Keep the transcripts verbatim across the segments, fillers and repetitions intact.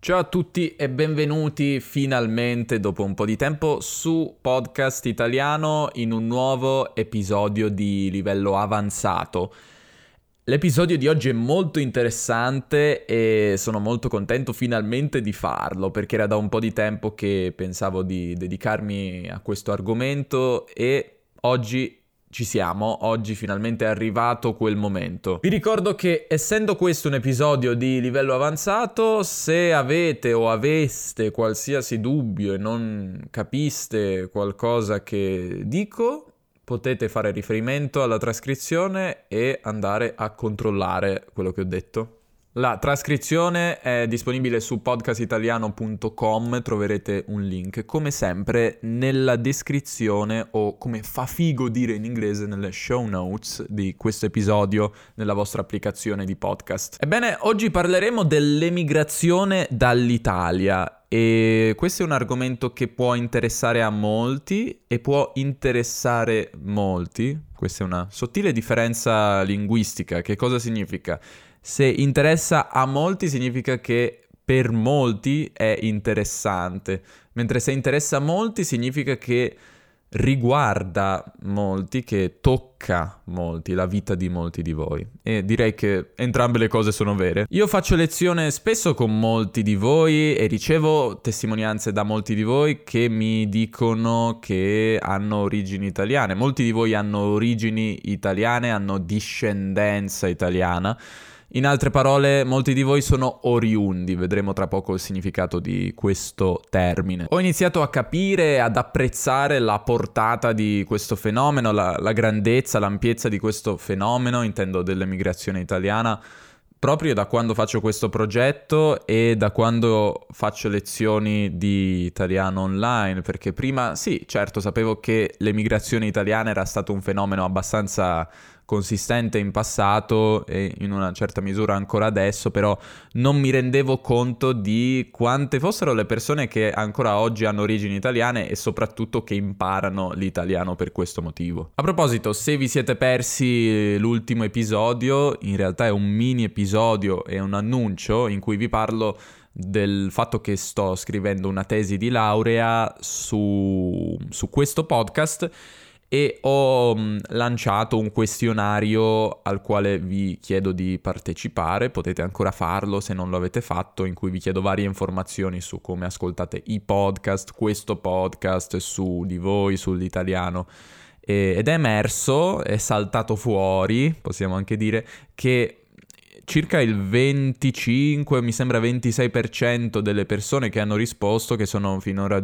Ciao a tutti e benvenuti finalmente dopo un po' di tempo su Podcast Italiano in un nuovo episodio di livello avanzato. L'episodio di oggi è molto interessante e sono molto contento finalmente di farlo perché era da un po' di tempo che pensavo di dedicarmi a questo argomento e oggi ci siamo, oggi finalmente è arrivato quel momento. Vi ricordo che essendo questo un episodio di livello avanzato, se avete o aveste qualsiasi dubbio e non capiste qualcosa che dico, potete fare riferimento alla trascrizione e andare a controllare quello che ho detto. La trascrizione è disponibile su podcast italiano punto com, troverete un link come sempre nella descrizione o come fa figo dire in inglese nelle show notes di questo episodio nella vostra applicazione di podcast. Ebbene, oggi parleremo dell'emigrazione dall'Italia e questo è un argomento che può interessare a molti e può interessare molti. Questa è una sottile differenza linguistica. Che cosa significa? Se interessa a molti significa che per molti è interessante, mentre se interessa a molti significa che riguarda molti, che tocca molti, la vita di molti di voi. E direi che entrambe le cose sono vere. Io faccio lezione spesso con molti di voi e ricevo testimonianze da molti di voi che mi dicono che hanno origini italiane. Molti di voi hanno origini italiane, hanno discendenza italiana. In altre parole, molti di voi sono oriundi, vedremo tra poco il significato di questo termine. Ho iniziato a capire, ad apprezzare la portata di questo fenomeno, la, la grandezza, l'ampiezza di questo fenomeno, intendo dell'emigrazione italiana, proprio da quando faccio questo progetto e da quando faccio lezioni di italiano online, perché prima, sì, certo, sapevo che l'emigrazione italiana era stato un fenomeno abbastanza consistente in passato e in una certa misura ancora adesso, però non mi rendevo conto di quante fossero le persone che ancora oggi hanno origini italiane e soprattutto che imparano l'italiano per questo motivo. A proposito, se vi siete persi l'ultimo episodio, in realtà è un mini episodio, è un annuncio in cui vi parlo del fatto che sto scrivendo una tesi di laurea su, su questo podcast e ho mh, lanciato un questionario al quale vi chiedo di partecipare, potete ancora farlo se non lo avete fatto, in cui vi chiedo varie informazioni su come ascoltate i podcast, questo podcast, su di voi, sull'italiano. E, ed è emerso, è saltato fuori, possiamo anche dire, che circa il venticinque, mi sembra ventisei per cento delle persone che hanno risposto, che sono finora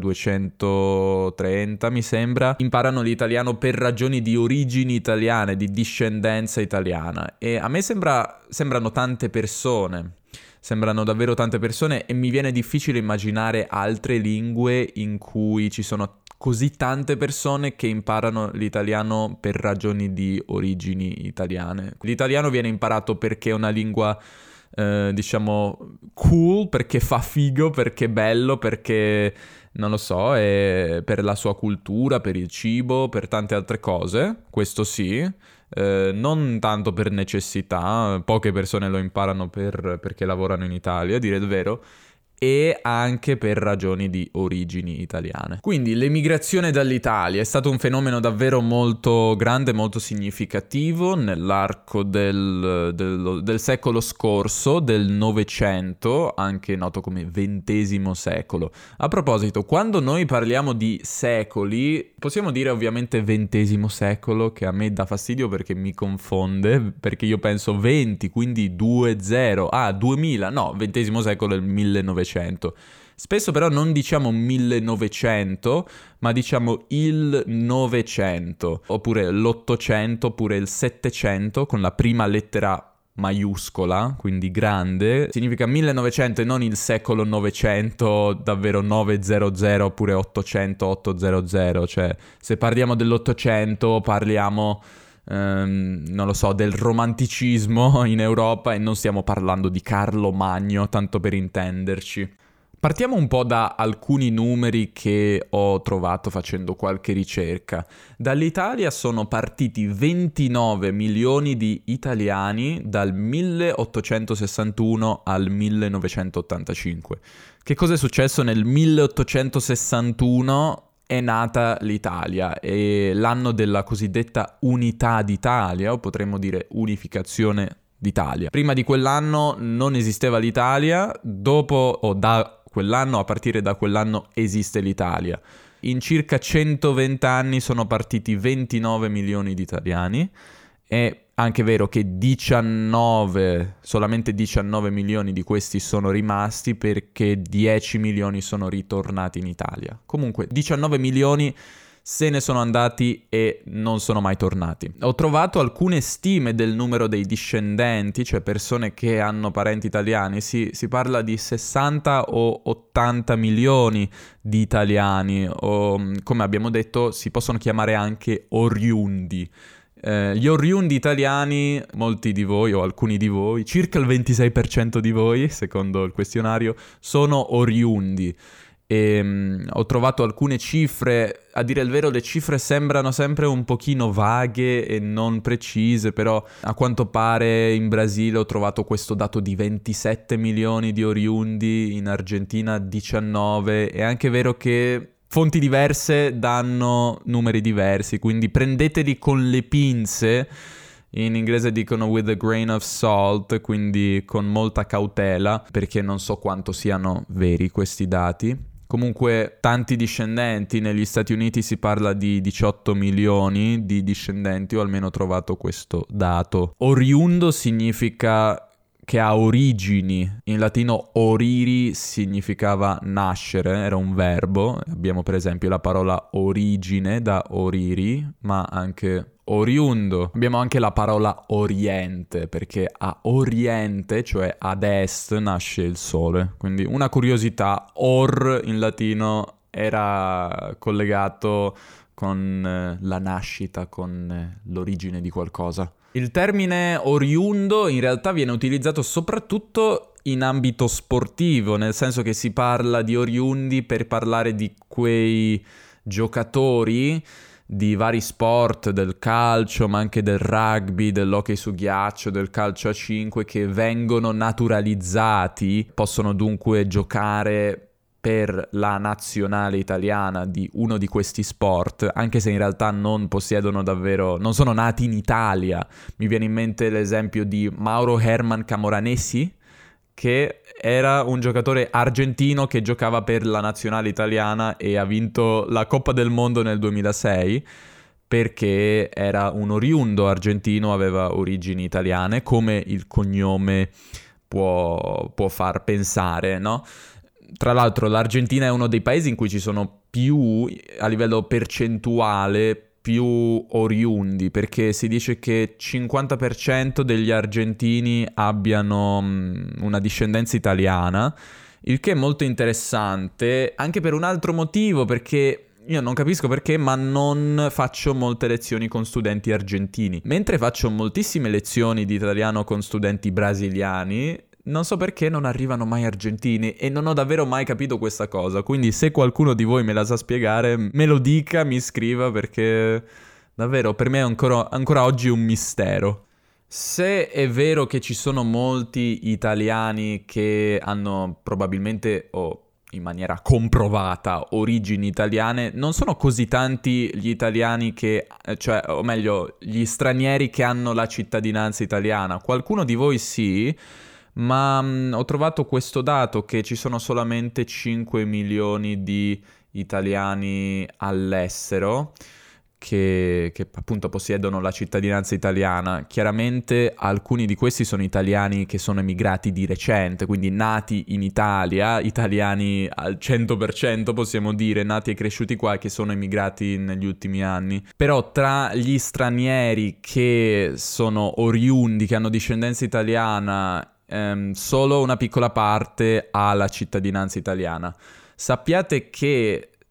duecentotrenta mi sembra, imparano l'italiano per ragioni di origini italiane, di discendenza italiana. E a me sembra, sembrano tante persone, sembrano davvero tante persone e mi viene difficile immaginare altre lingue in cui ci sono così tante persone che imparano l'italiano per ragioni di origini italiane. L'italiano viene imparato perché è una lingua, eh, diciamo, cool, perché fa figo, perché è bello, perché, non lo so, è per la sua cultura, per il cibo, per tante altre cose, questo sì. Eh, non tanto per necessità, poche persone lo imparano per, perché lavorano in Italia, a dire il vero, e anche per ragioni di origini italiane. Quindi l'emigrazione dall'Italia è stato un fenomeno davvero molto grande, molto significativo nell'arco del, del, del secolo scorso, del Novecento, anche noto come ventesimo secolo. A proposito, quando noi parliamo di secoli, possiamo dire ovviamente ventesimo secolo, che a me dà fastidio perché mi confonde, perché io penso venti, quindi due zero, ah, duemila, no, ventesimo secolo è il millenovecento. Spesso però non diciamo millenovecento, ma diciamo il Novecento, oppure l'Ottocento, oppure il Settecento, con la prima lettera maiuscola, quindi grande. Significa millenovecento e non il secolo novecento, davvero novecento, oppure ottocento, ottocento. Cioè, se parliamo dell'Ottocento, parliamo... Um, non lo so, del romanticismo in Europa e non stiamo parlando di Carlo Magno, tanto per intenderci. Partiamo un po' da alcuni numeri che ho trovato facendo qualche ricerca. Dall'Italia sono partiti ventinove milioni di italiani dal milleottocentosessantuno al millenovecentottantacinque. Che cosa è successo nel milleottocentosessantuno? È nata l'Italia, è l'anno della cosiddetta Unità d'Italia, o potremmo dire unificazione d'Italia. Prima di quell'anno non esisteva l'Italia, dopo o da quell'anno, a partire da quell'anno esiste l'Italia. In circa centoventi anni sono partiti ventinove milioni di italiani. È anche vero che diciannove, solamente diciannove milioni di questi sono rimasti perché dieci milioni sono ritornati in Italia. Comunque diciannove milioni se ne sono andati e non sono mai tornati. Ho trovato alcune stime del numero dei discendenti, cioè persone che hanno parenti italiani. Si, si parla di sessanta o ottanta milioni di italiani, o come abbiamo detto si possono chiamare anche oriundi. Eh, gli oriundi italiani, molti di voi o alcuni di voi, circa il ventisei per cento di voi, secondo il questionario, sono oriundi. E, um, ho trovato alcune cifre, a dire il vero le cifre sembrano sempre un pochino vaghe e non precise, però a quanto pare in Brasile ho trovato questo dato di ventisette milioni di oriundi, in Argentina diciannove. È anche vero che fonti diverse danno numeri diversi, quindi prendeteli con le pinze, in inglese dicono with a grain of salt, quindi con molta cautela, perché non so quanto siano veri questi dati. Comunque tanti discendenti, negli Stati Uniti si parla di diciotto milioni di discendenti, ho almeno trovato questo dato. Oriundo significa che ha origini, in latino oriri significava nascere, era un verbo, abbiamo per esempio la parola origine da oriri, ma anche oriundo. Abbiamo anche la parola oriente, perché a oriente, cioè ad est, nasce il sole. Quindi una curiosità, or in latino era collegato con eh, la nascita, con eh, l'origine di qualcosa. Il termine oriundo in realtà viene utilizzato soprattutto in ambito sportivo, nel senso che si parla di oriundi per parlare di quei giocatori di vari sport, del calcio, ma anche del rugby, dell'hockey su ghiaccio, del calcio a cinque, che vengono naturalizzati, possono dunque giocare per la nazionale italiana di uno di questi sport, anche se in realtà non possiedono davvero, non sono nati in Italia. Mi viene in mente l'esempio di Mauro Herman Camoranesi, che era un giocatore argentino che giocava per la nazionale italiana e ha vinto la Coppa del Mondo nel duemilasei perché era un oriundo argentino, aveva origini italiane, come il cognome può, può far pensare, no? Tra l'altro l'Argentina è uno dei paesi in cui ci sono più, a livello percentuale, più oriundi, perché si dice che cinquanta per cento degli argentini abbiano mh, una discendenza italiana, il che è molto interessante, anche per un altro motivo, perché io non capisco perché, ma non faccio molte lezioni con studenti argentini. Mentre faccio moltissime lezioni di italiano con studenti brasiliani, non so perché non arrivano mai argentini e non ho davvero mai capito questa cosa, quindi se qualcuno di voi me la sa spiegare, me lo dica, mi scriva, perché davvero per me è ancora, ancora oggi un mistero. Se è vero che ci sono molti italiani che hanno probabilmente, o in maniera comprovata, origini italiane, non sono così tanti gli italiani che, cioè, o meglio, gli stranieri che hanno la cittadinanza italiana. Qualcuno di voi sì, ma mh, ho trovato questo dato che ci sono solamente cinque milioni di italiani all'estero che, che appunto possiedono la cittadinanza italiana. Chiaramente alcuni di questi sono italiani che sono emigrati di recente, quindi nati in Italia, italiani al cento per cento possiamo dire, nati e cresciuti qua, che sono emigrati negli ultimi anni. Però tra gli stranieri che sono oriundi, che hanno discendenza italiana, ehm, solo una piccola parte ha la cittadinanza italiana. Sappiate che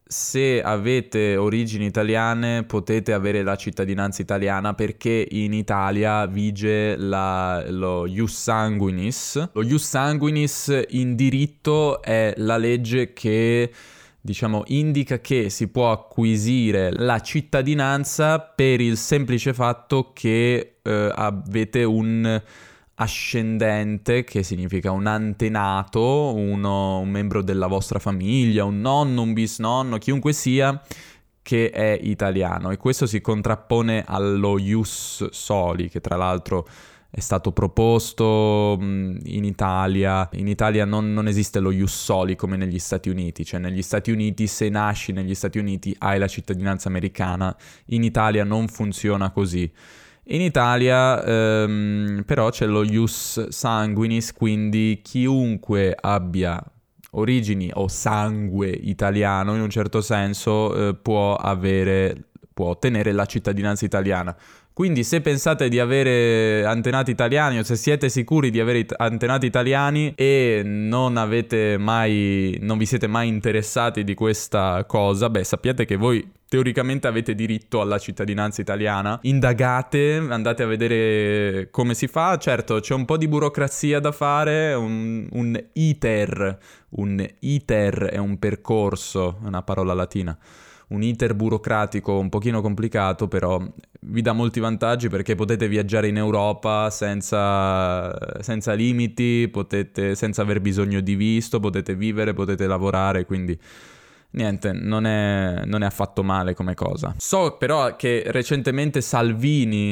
se avete origini italiane potete avere la cittadinanza italiana, perché in Italia vige la, lo ius sanguinis. Lo ius sanguinis in diritto è la legge che, diciamo, indica che si può acquisire la cittadinanza per il semplice fatto che eh, avete un ascendente, che significa un antenato, uno, un membro della vostra famiglia, un nonno, un bisnonno, chiunque sia, che è italiano. E questo si contrappone allo ius soli, che tra l'altro è stato proposto mh, in Italia. In Italia non, non esiste lo ius soli come negli Stati Uniti, cioè negli Stati Uniti se nasci negli Stati Uniti hai la cittadinanza americana, in Italia non funziona così. In Italia ehm, però c'è lo ius sanguinis, quindi chiunque abbia origini o sangue italiano in un certo senso eh, può avere, può ottenere la cittadinanza italiana. Quindi se pensate di avere antenati italiani o se siete sicuri di avere it- antenati italiani e non avete mai, non vi siete mai interessati di questa cosa, beh, sappiate che voi teoricamente avete diritto alla cittadinanza italiana. Indagate, andate a vedere come si fa. Certo, c'è un po' di burocrazia da fare, un, un iter, un iter è un percorso, è una parola latina. Un iter burocratico un pochino complicato, però vi dà molti vantaggi perché potete viaggiare in Europa senza, senza limiti, potete, senza aver bisogno di visto, potete vivere, potete lavorare, quindi niente, non è, non è affatto male come cosa. So però che recentemente Salvini,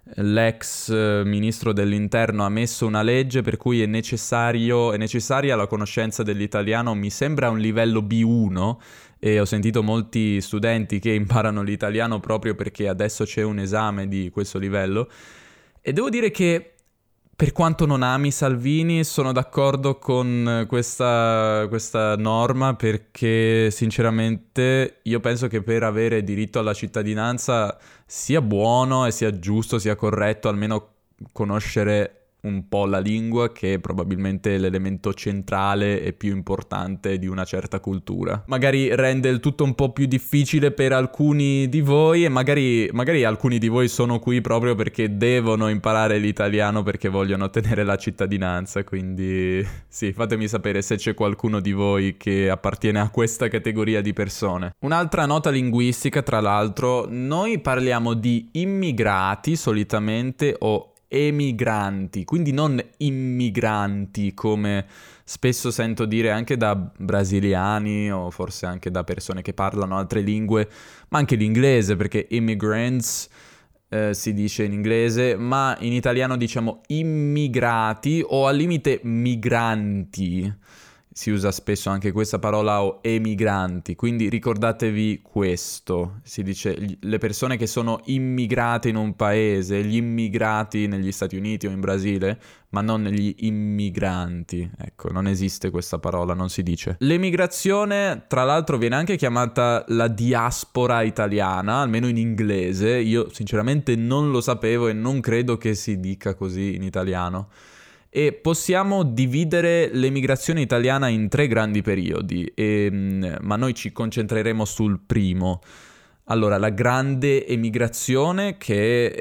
l'ex ministro dell'interno, ha messo una legge per cui è necessario, è necessaria la conoscenza dell'italiano, mi sembra a un livello B uno, e ho sentito molti studenti che imparano l'italiano proprio perché adesso c'è un esame di questo livello, e devo dire che per quanto non ami Salvini sono d'accordo con questa, questa norma, perché sinceramente io penso che per avere diritto alla cittadinanza sia buono e sia giusto, sia corretto almeno conoscere un po' la lingua, che è probabilmente l'elemento centrale e più importante di una certa cultura. Magari rende il tutto un po' più difficile per alcuni di voi, e magari, magari alcuni di voi sono qui proprio perché devono imparare l'italiano perché vogliono ottenere la cittadinanza, quindi sì, fatemi sapere se c'è qualcuno di voi che appartiene a questa categoria di persone. Un'altra nota linguistica, tra l'altro, noi parliamo di immigrati solitamente o emigranti, quindi non immigranti come spesso sento dire anche da brasiliani o forse anche da persone che parlano altre lingue, ma anche l'inglese, perché immigrants eh, si dice in inglese, ma in italiano diciamo immigrati o al limite migranti. Si usa spesso anche questa parola, o emigranti, quindi ricordatevi questo. Si dice le persone che sono immigrate in un paese, gli immigrati negli Stati Uniti o in Brasile, ma non gli immigranti. Ecco, non esiste questa parola, non si dice. L'emigrazione, tra l'altro, viene anche chiamata la diaspora italiana, almeno in inglese. Io sinceramente non lo sapevo e non credo che si dica così in italiano. E possiamo dividere l'emigrazione italiana in tre grandi periodi, e, ma noi ci concentreremo sul primo. Allora, la grande emigrazione, che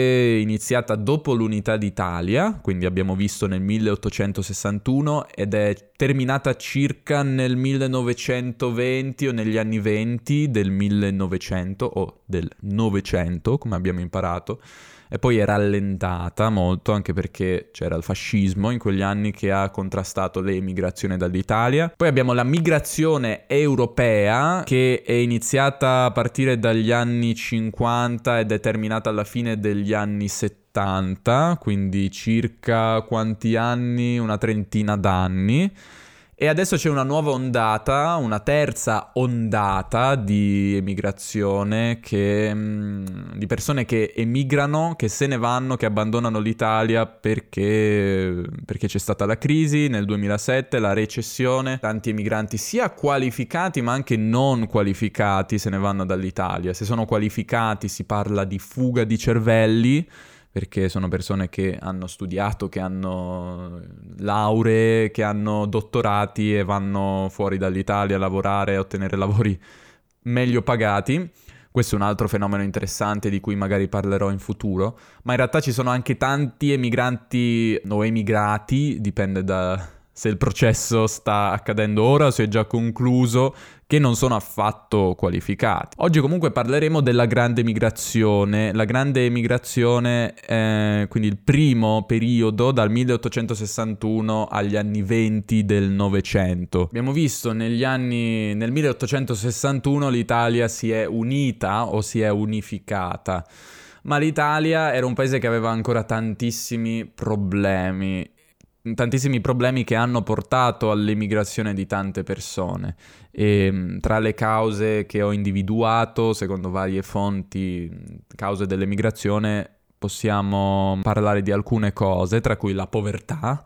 è iniziata dopo l'unità d'Italia, quindi abbiamo visto nel milleottocentosessantuno, ed è terminata circa nel millenovecentoventi o negli anni venti del millenovecento o del Novecento, come abbiamo imparato. E poi è rallentata molto, anche perché c'era il fascismo in quegli anni che ha contrastato l'emigrazione dall'Italia. Poi abbiamo la migrazione europea, che è iniziata a partire dagli anni cinquanta ed è terminata alla fine degli anni settanta, quindi circa quanti anni? Una trentina d'anni. E adesso c'è una nuova ondata, una terza ondata di emigrazione, che, mh, di persone che emigrano, che se ne vanno, che abbandonano l'Italia perché, perché c'è stata la crisi nel duemilasette, la recessione. Tanti emigranti sia qualificati ma anche non qualificati se ne vanno dall'Italia. Se sono qualificati si parla di fuga di cervelli, perché sono persone che hanno studiato, che hanno lauree, che hanno dottorati e vanno fuori dall'Italia a lavorare, a ottenere lavori meglio pagati. Questo è un altro fenomeno interessante di cui magari parlerò in futuro, ma in realtà ci sono anche tanti emigranti o emigrati, dipende da se il processo sta accadendo ora o se è già concluso, che non sono affatto qualificati. Oggi comunque parleremo della grande migrazione, la grande emigrazione, eh, quindi il primo periodo dal milleottocentosessantuno agli anni venti del Novecento. Abbiamo visto negli anni, nel milleottocentosessantuno l'Italia si è unita o si è unificata, ma l'Italia era un paese che aveva ancora tantissimi problemi. Tantissimi problemi che hanno portato all'emigrazione di tante persone e tra le cause che ho individuato secondo varie fonti, cause dell'emigrazione, possiamo parlare di alcune cose, tra cui la povertà.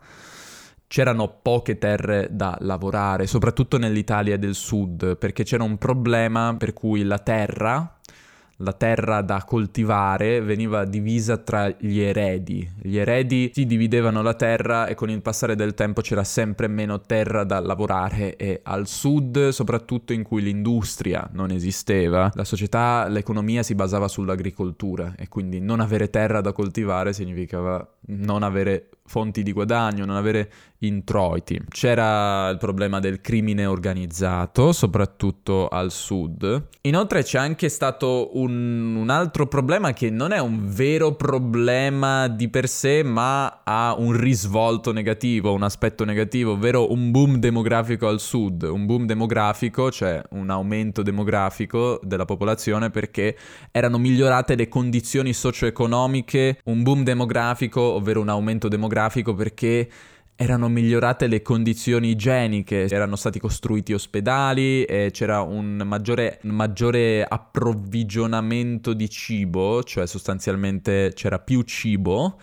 C'erano poche terre da lavorare, soprattutto nell'Italia del Sud, perché c'era un problema per cui la terra La terra da coltivare veniva divisa tra gli eredi. Gli eredi si dividevano la terra e con il passare del tempo c'era sempre meno terra da lavorare, e al sud, soprattutto in cui l'industria non esisteva, la società, l'economia si basava sull'agricoltura e quindi non avere terra da coltivare significava non avere fonti di guadagno, non avere introiti. C'era il problema del crimine organizzato, soprattutto al sud. Inoltre c'è anche stato un, un altro problema che non è un vero problema di per sé, ma ha un risvolto negativo, un aspetto negativo, ovvero un boom demografico al sud. Un boom demografico, cioè un aumento demografico della popolazione, perché erano migliorate le condizioni socio-economiche. Un boom demografico, ovvero un aumento demografico, perché erano migliorate le condizioni igieniche, erano stati costruiti ospedali e c'era un maggiore, un maggiore approvvigionamento di cibo, cioè sostanzialmente c'era più cibo,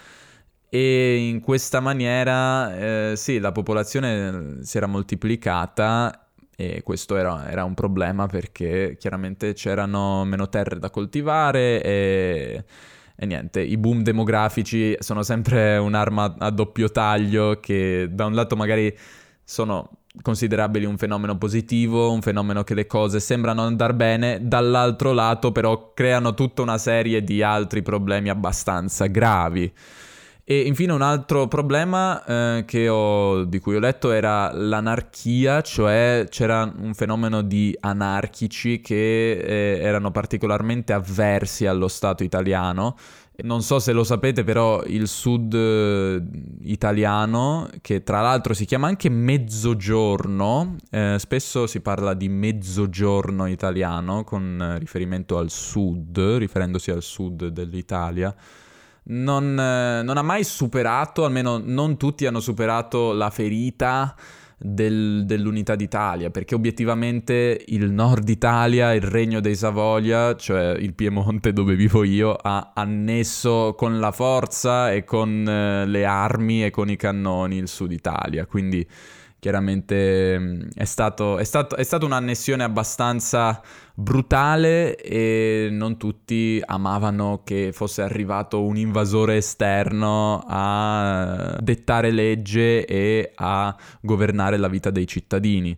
e in questa maniera eh, sì, la popolazione si era moltiplicata. E questo era, era un problema perché chiaramente c'erano meno terre da coltivare e... E niente, i boom demografici sono sempre un'arma a doppio taglio che da un lato magari sono considerabili un fenomeno positivo, un fenomeno che le cose sembrano andare bene, dall'altro lato però creano tutta una serie di altri problemi abbastanza gravi. E infine un altro problema eh, che ho, di cui ho letto era l'anarchia, cioè c'era un fenomeno di anarchici che eh, erano particolarmente avversi allo Stato italiano. Non so se lo sapete, però il sud eh, italiano, che tra l'altro si chiama anche Mezzogiorno, eh, spesso si parla di Mezzogiorno italiano con riferimento al sud, riferendosi al sud dell'Italia. Non, eh, non ha mai superato, almeno non tutti hanno superato la ferita del, dell'unità d'Italia, perché obiettivamente il nord Italia, il Regno dei Savoia, cioè il Piemonte dove vivo io, ha annesso con la forza e con eh, le armi e con i cannoni il sud Italia, quindi chiaramente è stato, è stato, è stata un'annessione abbastanza brutale e non tutti amavano che fosse arrivato un invasore esterno a dettare legge e a governare la vita dei cittadini.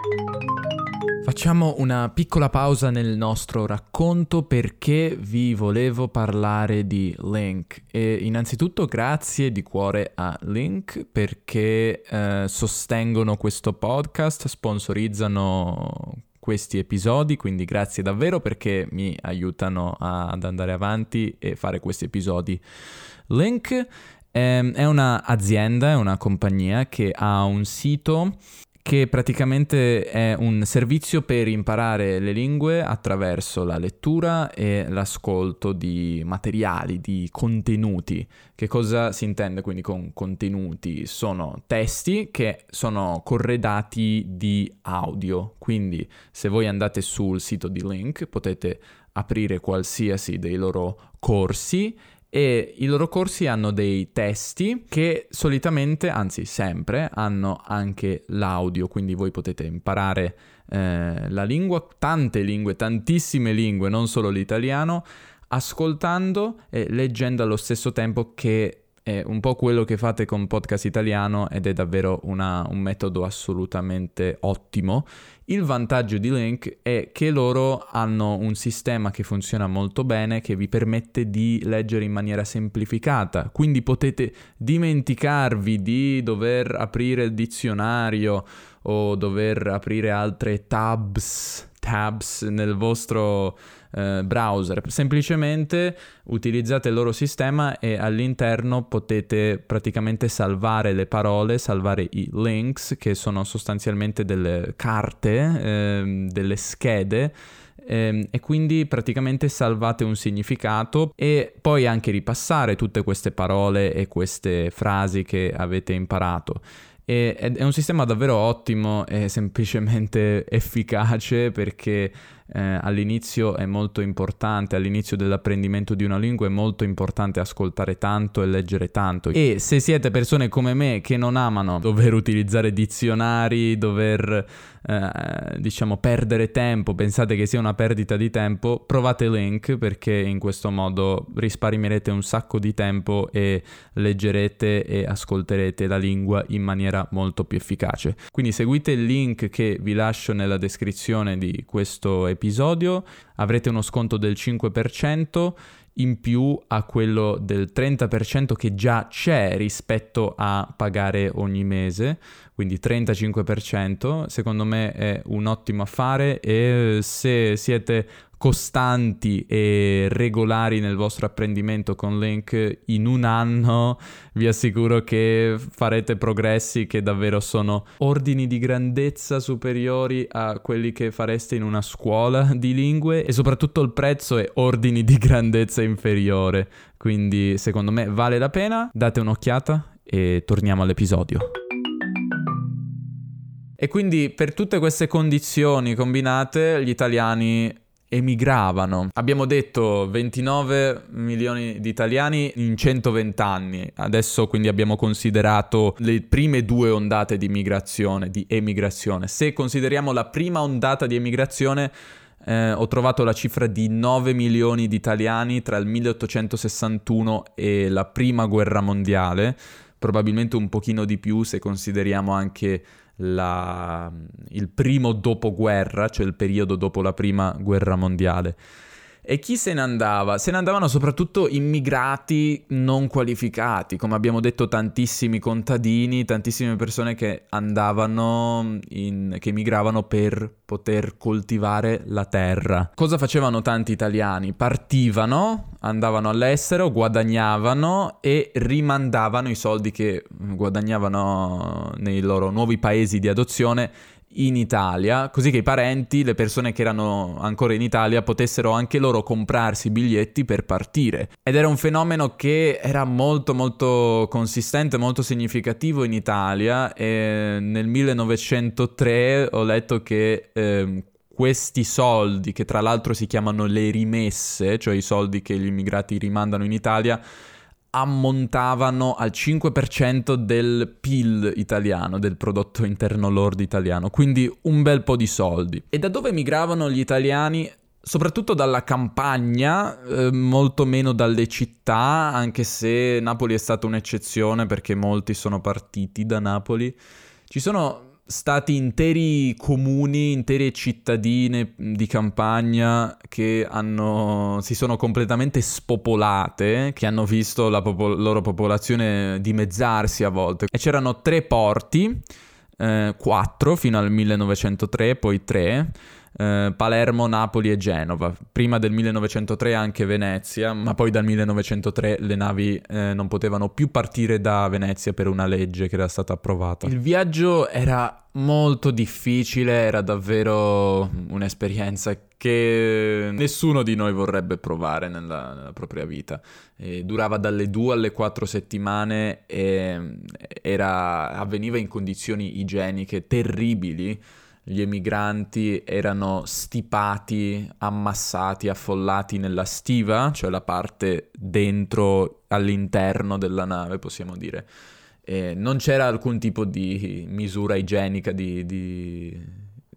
Facciamo una piccola pausa nel nostro racconto perché vi volevo parlare di Link. E innanzitutto grazie di cuore a Link perché eh, sostengono questo podcast, sponsorizzano questi episodi, quindi grazie davvero perché mi aiutano a, ad andare avanti e fare questi episodi. Link ehm, è un'azienda, è una compagnia che ha un sito che praticamente è un servizio per imparare le lingue attraverso la lettura e l'ascolto di materiali, di contenuti. Che cosa si intende quindi con contenuti? Sono testi che sono corredati di audio, quindi se voi andate sul sito di Link potete aprire qualsiasi dei loro corsi e i loro corsi hanno dei testi che solitamente, anzi sempre, hanno anche l'audio, quindi voi potete imparare eh, la lingua, tante lingue, tantissime lingue, non solo l'italiano, ascoltando e leggendo allo stesso tempo che È un po' quello che fate con Podcast Italiano ed è davvero una, un metodo assolutamente ottimo. Il vantaggio di Link è che loro hanno un sistema che funziona molto bene, che vi permette di leggere in maniera semplificata, quindi potete dimenticarvi di dover aprire il dizionario o dover aprire altre tabs, tabs nel vostro eh, browser. Semplicemente utilizzate il loro sistema e all'interno potete praticamente salvare le parole, salvare i links, che sono sostanzialmente delle carte, eh, delle schede, eh, e quindi praticamente salvate un significato e poi anche ripassare tutte queste parole e queste frasi che avete imparato. E, è un sistema davvero ottimo e semplicemente efficace, perché eh, all'inizio è molto importante, all'inizio dell'apprendimento di una lingua è molto importante ascoltare tanto e leggere tanto. E se siete persone come me che non amano dover utilizzare dizionari, dover eh, diciamo perdere tempo, pensate che sia una perdita di tempo, provate Link, perché in questo modo risparmierete un sacco di tempo e leggerete e ascolterete la lingua in maniera molto più efficace. Quindi seguite il link che vi lascio nella descrizione di questo episodio, avrete uno sconto del cinque per cento in più a quello del trenta per cento che già c'è rispetto a pagare ogni mese, quindi trentacinque per cento. Secondo me è un ottimo affare e se siete costanti e regolari nel vostro apprendimento con Link, in un anno vi assicuro che farete progressi che davvero sono ordini di grandezza superiori a quelli che fareste in una scuola di lingue, e soprattutto il prezzo è ordini di grandezza inferiore. Quindi secondo me vale la pena, date un'occhiata e torniamo all'episodio. E quindi per tutte queste condizioni combinate gli italiani emigravano. Abbiamo detto ventinove milioni di italiani in centoventi anni. Adesso quindi abbiamo considerato le prime due ondate di migrazione, di emigrazione. Se consideriamo la prima ondata di emigrazione, eh, ho trovato la cifra di nove milioni di italiani tra il milleottocentosessantuno e la prima guerra mondiale, probabilmente un pochino di più se consideriamo anche La, il primo dopoguerra, cioè il periodo dopo la prima guerra mondiale. E chi se ne andava? Se ne andavano soprattutto immigrati non qualificati, come abbiamo detto, tantissimi contadini, tantissime persone che andavano, in, che emigravano per poter coltivare la terra. Cosa facevano tanti italiani? Partivano, andavano all'estero, guadagnavano e rimandavano i soldi che guadagnavano nei loro nuovi paesi di adozione in Italia, così che i parenti, le persone che erano ancora in Italia, potessero anche loro comprarsi i biglietti per partire. Ed era un fenomeno che era molto molto consistente, molto significativo in Italia, e nel millenovecentotre ho letto che eh, questi soldi, che tra l'altro si chiamano le rimesse, cioè i soldi che gli immigrati rimandano in Italia, ammontavano al cinque per cento del P I L italiano, del prodotto interno lordo italiano, quindi un bel po' di soldi. E da dove migravano gli italiani? Soprattutto dalla campagna, eh, molto meno dalle città, anche se Napoli è stata un'eccezione perché molti sono partiti da Napoli. Ci sono stati interi comuni, intere cittadine di campagna che hanno si sono completamente spopolate, che hanno visto la popo- loro popolazione dimezzarsi a volte. E c'erano tre porti, eh, quattro fino al millenovecentotre, poi tre, eh, Palermo, Napoli e Genova. Prima del millenovecentotre anche Venezia, ma poi dal millenovecentotre le navi eh, non potevano più partire da Venezia per una legge che era stata approvata. Il viaggio era molto difficile, era davvero un'esperienza che nessuno di noi vorrebbe provare nella, nella propria vita. E durava dalle due alle quattro settimane e era, avveniva in condizioni igieniche terribili. Gli emigranti erano stipati, ammassati, affollati nella stiva, cioè la parte dentro, all'interno della nave, possiamo dire. E non c'era alcun tipo di misura igienica, di, di,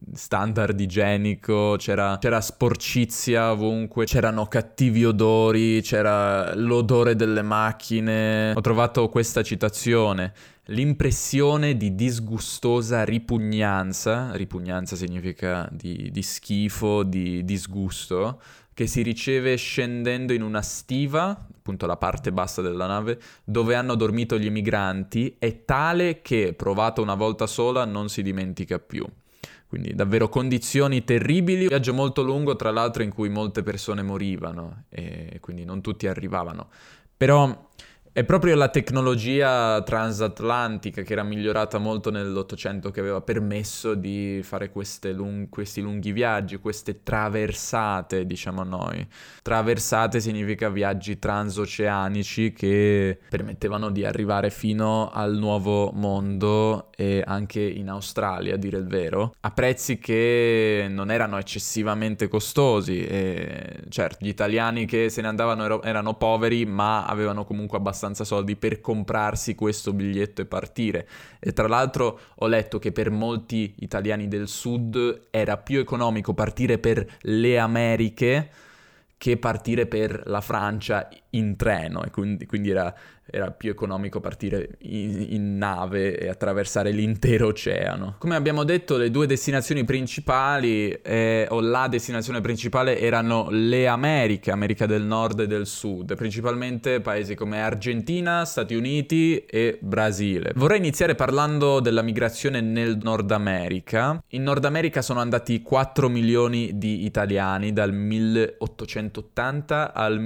standard igienico, c'era, c'era sporcizia ovunque, c'erano cattivi odori, c'era l'odore delle macchine. Ho trovato questa citazione: l'impressione di disgustosa ripugnanza, ripugnanza significa di, di schifo, di disgusto, che si riceve scendendo in una stiva, appunto la parte bassa della nave, dove hanno dormito gli emigranti, è tale che, provata una volta sola, non si dimentica più. Quindi davvero condizioni terribili, un viaggio molto lungo tra l'altro in cui molte persone morivano e quindi non tutti arrivavano. Però è proprio la tecnologia transatlantica che era migliorata molto nell'Ottocento che aveva permesso di fare queste lung- questi lunghi viaggi, queste traversate, diciamo noi. Traversate significa viaggi transoceanici che permettevano di arrivare fino al Nuovo Mondo e anche in Australia, a dire il vero, a prezzi che non erano eccessivamente costosi. E certo, gli italiani che se ne andavano ero- erano poveri, ma avevano comunque abbastanza soldi per comprarsi questo biglietto e partire. E tra l'altro ho letto che per molti italiani del sud era più economico partire per le Americhe che partire per la Francia in treno, e quindi, quindi era, era più economico partire in, in nave e attraversare l'intero oceano. Come abbiamo detto, le due destinazioni principali, eh, o la destinazione principale, erano le Americhe, America del Nord e del Sud, principalmente paesi come Argentina, Stati Uniti e Brasile. Vorrei iniziare parlando della migrazione nel Nord America. In Nord America sono andati quattro milioni di italiani dal milleottocentottanta al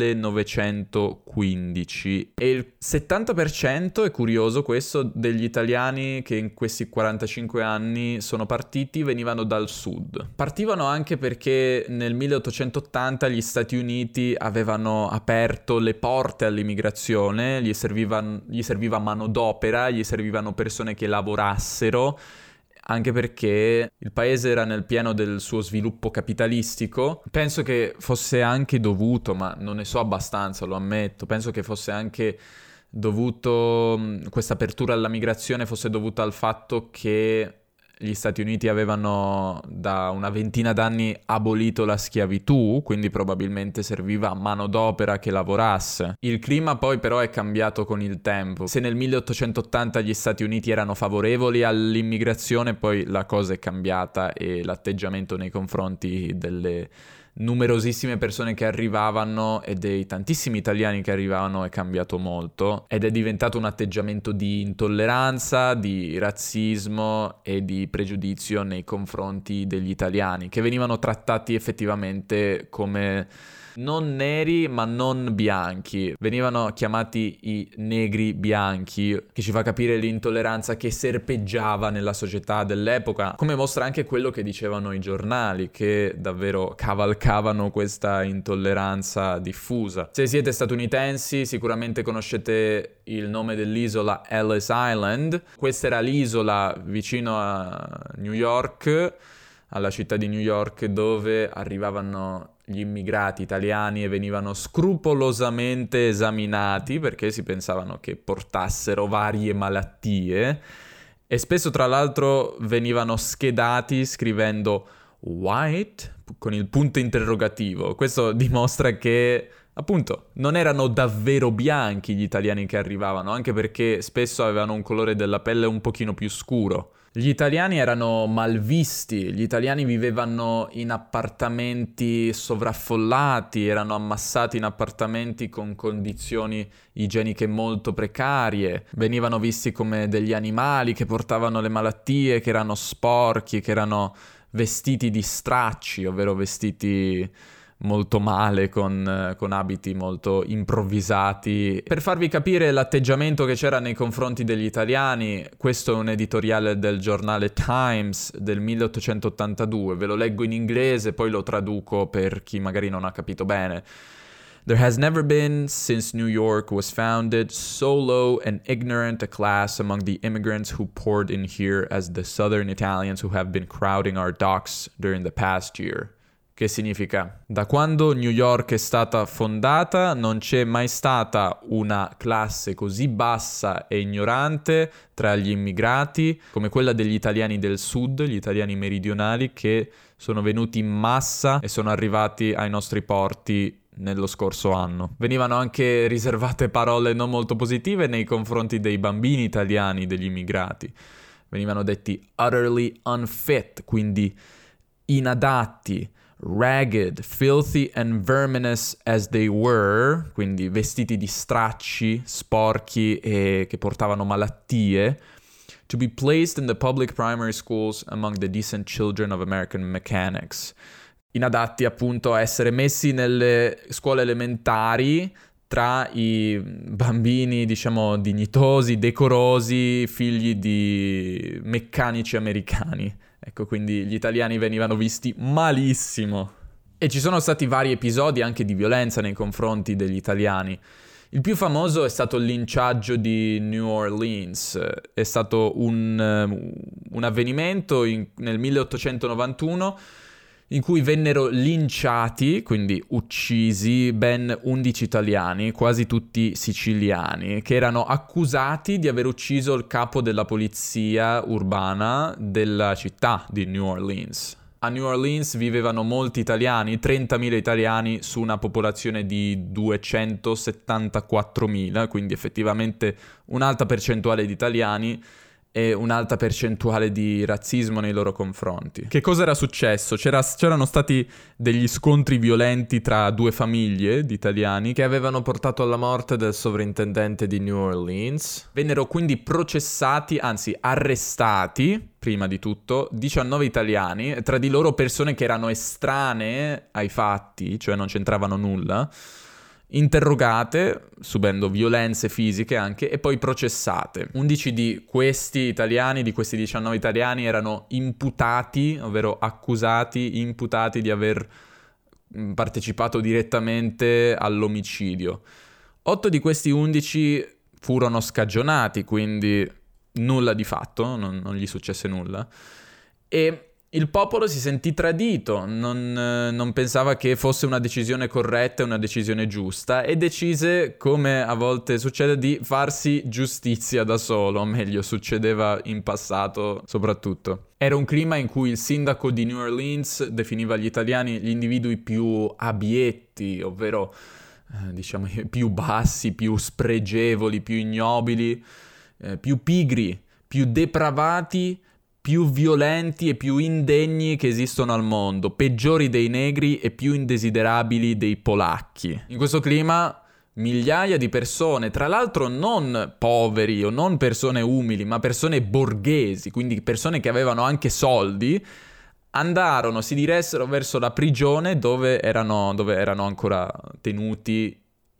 millenovecentoquindici e il settanta per cento, è curioso questo, degli italiani che in questi quarantacinque anni sono partiti venivano dal sud. Partivano anche perché nel milleottocentottanta gli Stati Uniti avevano aperto le porte all'immigrazione, gli serviva, gli serviva manodopera, gli servivano persone che lavorassero, anche perché il paese era nel pieno del suo sviluppo capitalistico. Penso che fosse anche dovuto, ma non ne so abbastanza, lo ammetto, penso che fosse anche dovuto, questa apertura alla migrazione fosse dovuta al fatto che gli Stati Uniti avevano da una ventina d'anni abolito la schiavitù, quindi probabilmente serviva manodopera che lavorasse. Il clima poi però è cambiato con il tempo. Se nel milleottocentottanta gli Stati Uniti erano favorevoli all'immigrazione, poi la cosa è cambiata e l'atteggiamento nei confronti delle numerosissime persone che arrivavano e dei tantissimi italiani che arrivavano è cambiato molto, ed è diventato un atteggiamento di intolleranza, di razzismo e di pregiudizio nei confronti degli italiani, che venivano trattati effettivamente come non neri ma non bianchi, venivano chiamati i negri bianchi, che ci fa capire l'intolleranza che serpeggiava nella società dell'epoca, come mostra anche quello che dicevano i giornali, che davvero cavalcavano questa intolleranza diffusa. Se siete statunitensi sicuramente conoscete il nome dell'isola Ellis Island. Questa era l'isola vicino a New York, alla città di New York, dove arrivavano gli immigrati italiani e venivano scrupolosamente esaminati perché si pensavano che portassero varie malattie, e spesso tra l'altro venivano schedati scrivendo white con il punto interrogativo. Questo dimostra che appunto non erano davvero bianchi gli italiani che arrivavano, anche perché spesso avevano un colore della pelle un pochino più scuro. Gli italiani erano malvisti, gli italiani vivevano in appartamenti sovraffollati, erano ammassati in appartamenti con condizioni igieniche molto precarie, venivano visti come degli animali che portavano le malattie, che erano sporchi, che erano vestiti di stracci, ovvero vestiti molto male, con, con abiti molto improvvisati. Per farvi capire l'atteggiamento che c'era nei confronti degli italiani, questo è un editoriale del giornale Times del milleottocentottantadue, ve lo leggo in inglese, poi lo traduco per chi magari non ha capito bene. There has never been, since New York was founded, so low and ignorant a class among the immigrants who poured in here as the southern Italians who have been crowding our docks during the past year. Che significa? Da quando New York è stata fondata non c'è mai stata una classe così bassa e ignorante tra gli immigrati come quella degli italiani del sud, gli italiani meridionali che sono venuti in massa e sono arrivati ai nostri porti nello scorso anno. Venivano anche riservate parole non molto positive nei confronti dei bambini italiani degli immigrati. Venivano detti utterly unfit, quindi inadatti, ragged, filthy and verminous as they were, quindi vestiti di stracci, sporchi e che portavano malattie, to be placed in the public primary schools among the decent children of American mechanics. Inadatti appunto a essere messi nelle scuole elementari tra i bambini, diciamo, dignitosi, decorosi, figli di meccanici americani. Ecco, quindi gli italiani venivano visti malissimo. E ci sono stati vari episodi anche di violenza nei confronti degli italiani. Il più famoso è stato il linciaggio di New Orleans. È stato un, un avvenimento in, nel milleottocentonovantuno in cui vennero linciati, quindi uccisi, ben undici italiani, quasi tutti siciliani, che erano accusati di aver ucciso il capo della polizia urbana della città di New Orleans. A New Orleans vivevano molti italiani, trentamila italiani su una popolazione di duecentosettantaquattromila, quindi effettivamente un'alta percentuale di italiani e un'alta percentuale di razzismo nei loro confronti. Che cosa era successo? C'era, c'erano stati degli scontri violenti tra due famiglie di italiani che avevano portato alla morte del sovrintendente di New Orleans. Vennero quindi processati, anzi arrestati, prima di tutto, diciannove italiani, tra di loro persone che erano estranee ai fatti, cioè non c'entravano nulla, interrogate, subendo violenze fisiche anche, e poi processate. undici di questi italiani, di questi diciannove italiani, erano imputati, ovvero accusati, imputati di aver partecipato direttamente all'omicidio. otto di questi undici furono scagionati, quindi nulla di fatto, non, non gli successe nulla. E il popolo si sentì tradito, non, non pensava che fosse una decisione corretta e una decisione giusta e decise, come a volte succede, di farsi giustizia da solo, o meglio, succedeva in passato soprattutto. Era un clima in cui il sindaco di New Orleans definiva gli italiani gli individui più abietti, ovvero eh, diciamo più bassi, più spregevoli, più ignobili, eh, più pigri, più depravati, più violenti e più indegni che esistono al mondo, peggiori dei negri e più indesiderabili dei polacchi. In questo clima migliaia di persone, tra l'altro non poveri o non persone umili, ma persone borghesi, quindi persone che avevano anche soldi, andarono, si diressero verso la prigione dove erano, dove erano ancora tenuti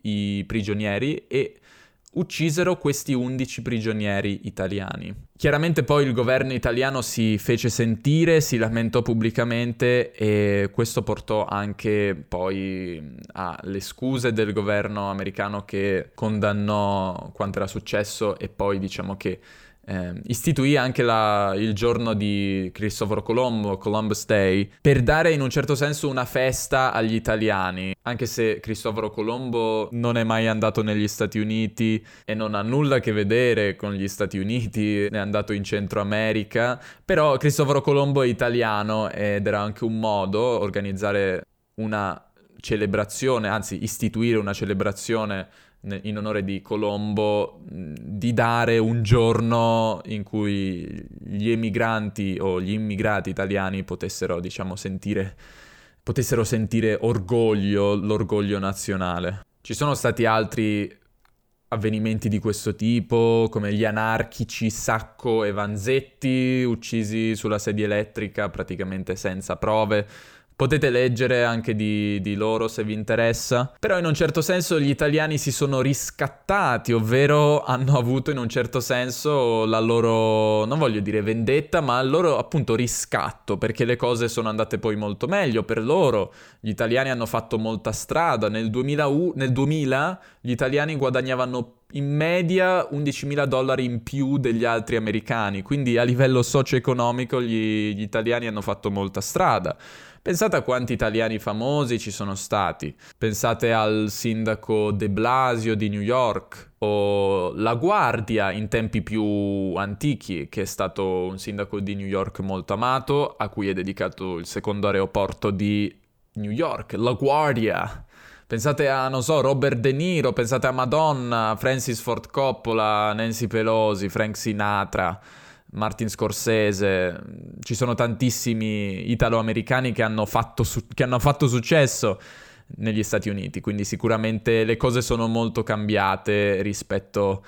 i prigionieri e uccisero questi undici prigionieri italiani. Chiaramente poi il governo italiano si fece sentire, si lamentò pubblicamente e questo portò anche poi alle scuse del governo americano che condannò quanto era successo e poi diciamo che Eh, istituì anche la, il giorno di Cristoforo Colombo, Columbus Day, per dare in un certo senso una festa agli italiani, anche se Cristoforo Colombo non è mai andato negli Stati Uniti e non ha nulla a che vedere con gli Stati Uniti, è andato in Centro America, però Cristoforo Colombo è italiano ed era anche un modo organizzare una celebrazione, anzi istituire una celebrazione in onore di Colombo, di dare un giorno in cui gli emigranti o gli immigrati italiani potessero, diciamo, sentire, potessero sentire orgoglio, l'orgoglio nazionale. Ci sono stati altri avvenimenti di questo tipo, come gli anarchici Sacco e Vanzetti, uccisi sulla sedia elettrica praticamente senza prove. Potete leggere anche di, di loro se vi interessa. Però in un certo senso gli italiani si sono riscattati, ovvero hanno avuto in un certo senso la loro, non voglio dire vendetta, ma il loro appunto riscatto, perché le cose sono andate poi molto meglio per loro. Gli italiani hanno fatto molta strada. Nel duemila, nel duemila gli italiani guadagnavano in media undicimila dollari in più degli altri americani, quindi a livello socio-economico gli, gli italiani hanno fatto molta strada. Pensate a quanti italiani famosi ci sono stati. Pensate al sindaco De Blasio di New York o LaGuardia in tempi più antichi, che è stato un sindaco di New York molto amato, a cui è dedicato il secondo aeroporto di New York, LaGuardia. Pensate a, non so, Robert De Niro, pensate a Madonna, Francis Ford Coppola, Nancy Pelosi, Frank Sinatra, Martin Scorsese. Ci sono tantissimi italo-americani che hanno fatto, su- che hanno fatto successo negli Stati Uniti, quindi sicuramente le cose sono molto cambiate rispetto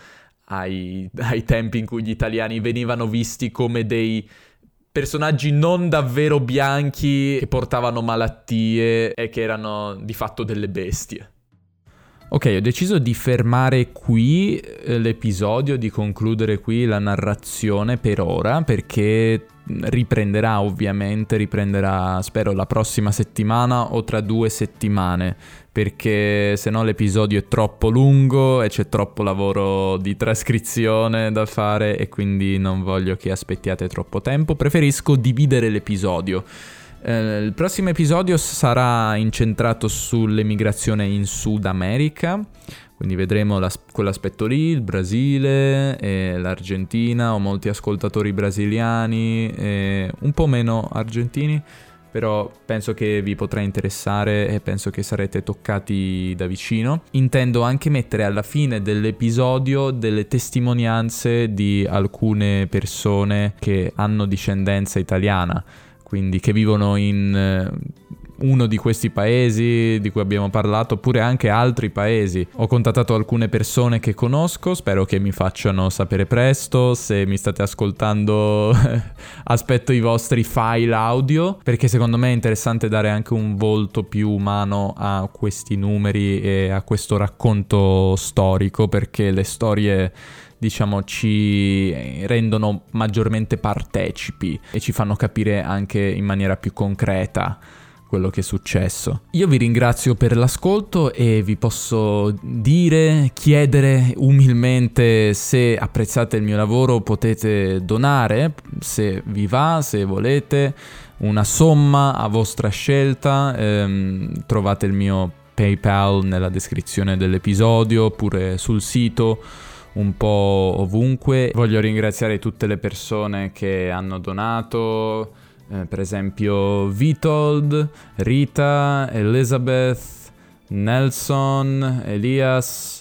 ai, ai tempi in cui gli italiani venivano visti come dei personaggi non davvero bianchi che portavano malattie e che erano di fatto delle bestie. Ok, ho deciso di fermare qui l'episodio, di concludere qui la narrazione per ora, perché riprenderà ovviamente, riprenderà spero la prossima settimana o tra due settimane, perché se no l'episodio è troppo lungo e c'è troppo lavoro di trascrizione da fare e quindi non voglio che aspettiate troppo tempo, preferisco dividere l'episodio. Eh, il prossimo episodio sarà incentrato sull'emigrazione in Sud America, quindi vedremo la, quell'aspetto lì, il Brasile e l'Argentina. Ho molti ascoltatori brasiliani e un po' meno argentini, però penso che vi potrà interessare e penso che sarete toccati da vicino. Intendo anche mettere alla fine dell'episodio delle testimonianze di alcune persone che hanno discendenza italiana, quindi che vivono in uno di questi paesi di cui abbiamo parlato, oppure anche altri paesi. Ho contattato alcune persone che conosco, spero che mi facciano sapere presto. Se mi state ascoltando aspetto i vostri file audio, perché secondo me è interessante dare anche un volto più umano a questi numeri e a questo racconto storico, perché le storie, diciamo, ci rendono maggiormente partecipi e ci fanno capire anche in maniera più concreta quello che è successo. Io vi ringrazio per l'ascolto e vi posso dire, chiedere umilmente, se apprezzate il mio lavoro potete donare, se vi va, se volete, una somma a vostra scelta. Ehm, trovate il mio PayPal nella descrizione dell'episodio oppure sul sito, un po' ovunque. Voglio ringraziare tutte le persone che hanno donato, eh, per esempio Vitold, Rita, Elizabeth, Nelson, Elias,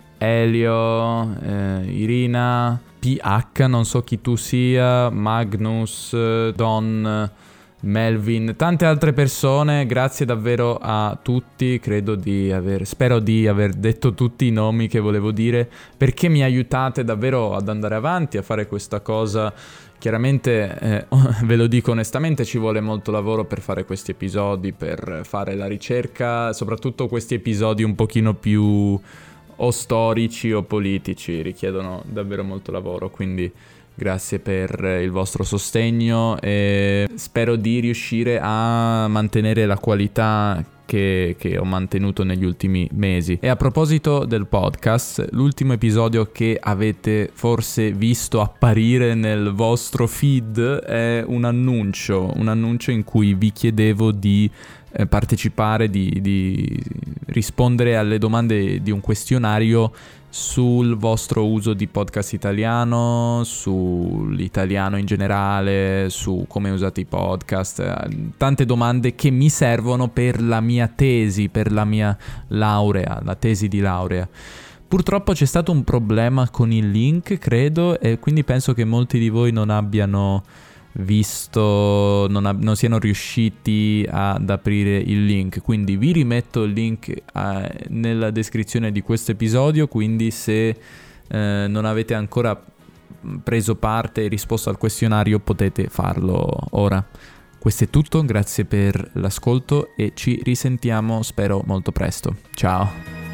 Elio, eh, Irina, P H, non so chi tu sia, Magnus, Don, Melvin, tante altre persone. Grazie davvero a tutti, credo di aver, spero di aver detto tutti i nomi che volevo dire, perché mi aiutate davvero ad andare avanti, a fare questa cosa. Chiaramente, eh, ve lo dico onestamente, ci vuole molto lavoro per fare questi episodi, per fare la ricerca, soprattutto questi episodi un pochino più o storici o politici, richiedono davvero molto lavoro, quindi grazie per il vostro sostegno e spero di riuscire a mantenere la qualità che, che ho mantenuto negli ultimi mesi. E a proposito del podcast, l'ultimo episodio che avete forse visto apparire nel vostro feed è un annuncio, un annuncio in cui vi chiedevo di eh, partecipare, di, di rispondere alle domande di un questionario sul vostro uso di podcast italiano, sull'italiano in generale, su come usate i podcast, tante domande che mi servono per la mia tesi, per la mia laurea, la tesi di laurea. Purtroppo c'è stato un problema con il link, credo, e quindi penso che molti di voi non abbiano visto, non, ab- non siano riusciti ad aprire il link, quindi vi rimetto il link a- nella descrizione di questo episodio, quindi se eh, non avete ancora preso parte e risposto al questionario potete farlo ora. Questo è tutto, grazie per l'ascolto e ci risentiamo spero molto presto. Ciao!